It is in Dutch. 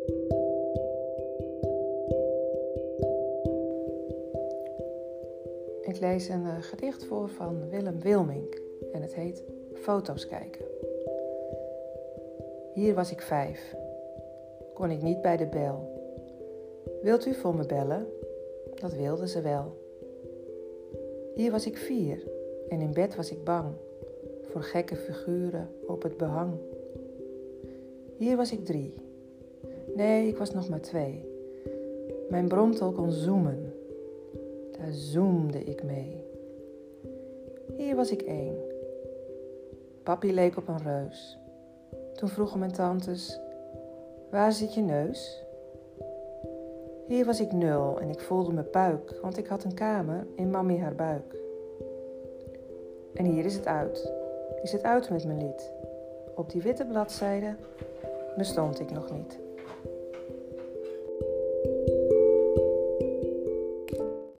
Ik lees een gedicht voor van Willem Wilmink en het heet Foto's kijken. Hier was ik 5. Kon ik niet bij de bel. Wilt u voor me bellen? Dat wilde ze wel. Hier was ik 4 en in bed was ik bang voor gekke figuren op het behang. Hier was ik 3. Nee, ik was nog maar 2. Mijn bromtol kon zoomen. Daar zoomde ik mee. Hier was ik 1. Papi leek op een reus. Toen vroegen mijn tantes, waar zit je neus? Hier was ik 0 en ik voelde me puik, want ik had een kamer in mammy haar buik. En hier is het uit. Is het uit met mijn lied? Op die witte bladzijde bestond ik nog niet.